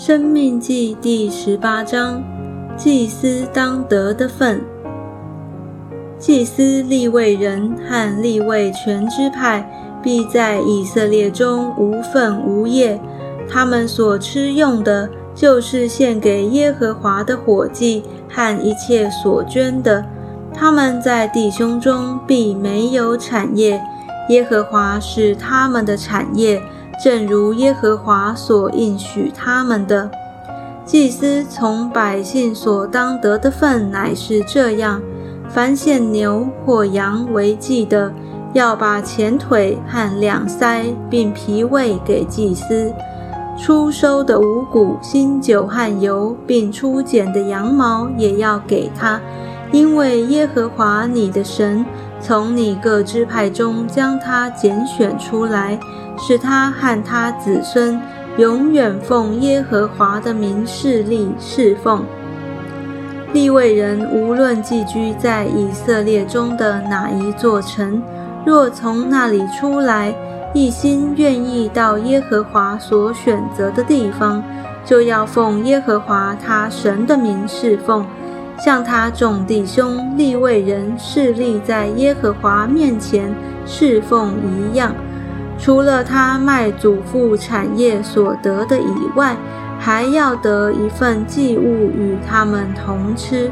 申命记第18章，祭司当得的份。祭司利未人和利未全支派必在以色列中无分无业，他们所吃用的就是献给耶和华的火祭和一切所捐的。他们在弟兄中必没有产业，耶和华是他们的产业，正如耶和华所应许他们的。祭司从百姓所当得的份乃是这样：凡献牛或羊为祭的，要把前腿和两腮并脾胃给祭司；初收的五谷、新酒和油，并初剪的羊毛也要给他，因为耶和华你的神从你各支派中将他拣选出来，使他和他子孙永远奉耶和华的名侍立侍奉。利未人无论寄居在以色列中的哪一座城，若从那里出来，一心愿意到耶和华所选择的地方，就要奉耶和华他神的名侍奉，像他众弟兄利未人侍立在耶和华面前侍奉一样。除了他卖祖父产业所得的以外，还要得一份祭物与他们同吃。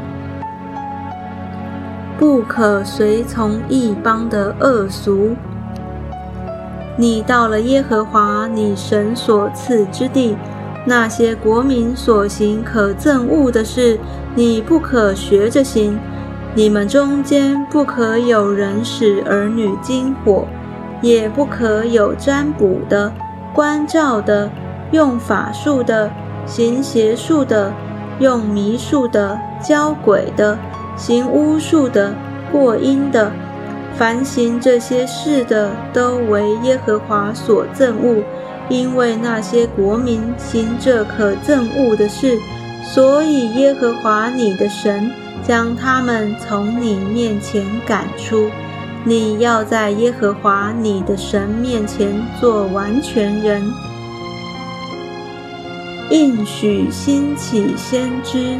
不可随从异邦的恶俗。你到了耶和华你神所赐之地，那些国民所行可憎恶的事，你不可学着行。你们中间不可有人使儿女经火，也不可有占卜的、观照的、用法术的、行邪术的、用迷术的、教鬼的、行巫术的、过阴的。凡行这些事的，都为耶和华所憎恶，因为那些国民行这可憎恶的事，所以耶和华你的神将他们从你面前赶出。你要在耶和华你的神面前做完全人。应许兴起先知。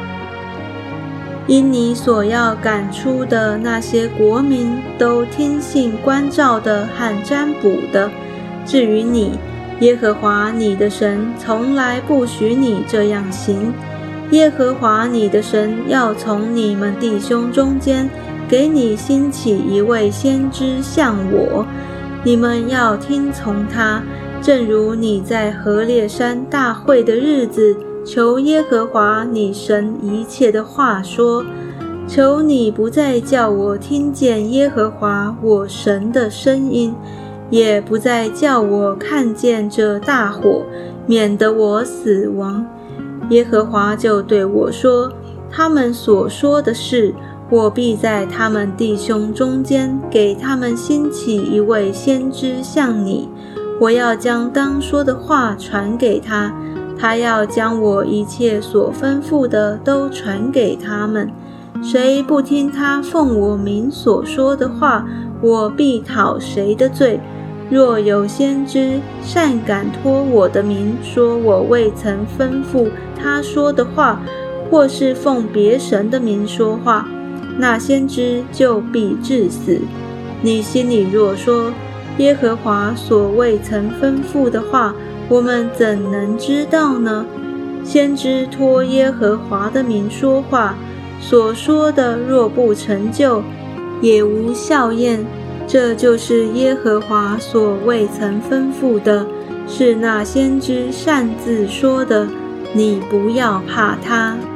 因你所要赶出的那些国民，都听信观照的和占卜的。至于你，耶和华你的神从来不许你这样行。耶和华你的神要从你们弟兄中间给你兴起一位先知像我，你们要听从他，正如你在何烈山大会的日子求耶和华你神一切的话说：求你不再叫我听见耶和华我神的声音，也不再叫我看见这大火，免得我死亡。耶和华就对我说：他们所说的事，我必在他们弟兄中间给他们兴起一位先知像你，我要将当说的话传给他，他要将我一切所吩咐的都传给他们。谁不听他奉我名所说的话，我必讨谁的罪。若有先知擅敢托我的名说我未曾吩咐他说的话，或是奉别神的名说话，那先知就必治死。你心里若说：耶和华所未曾吩咐的话，我们怎能知道呢？先知托耶和华的名说话，所说的若不成就，也无效验。这就是耶和华所未曾吩咐的，是那先知擅自说的。你不要怕他。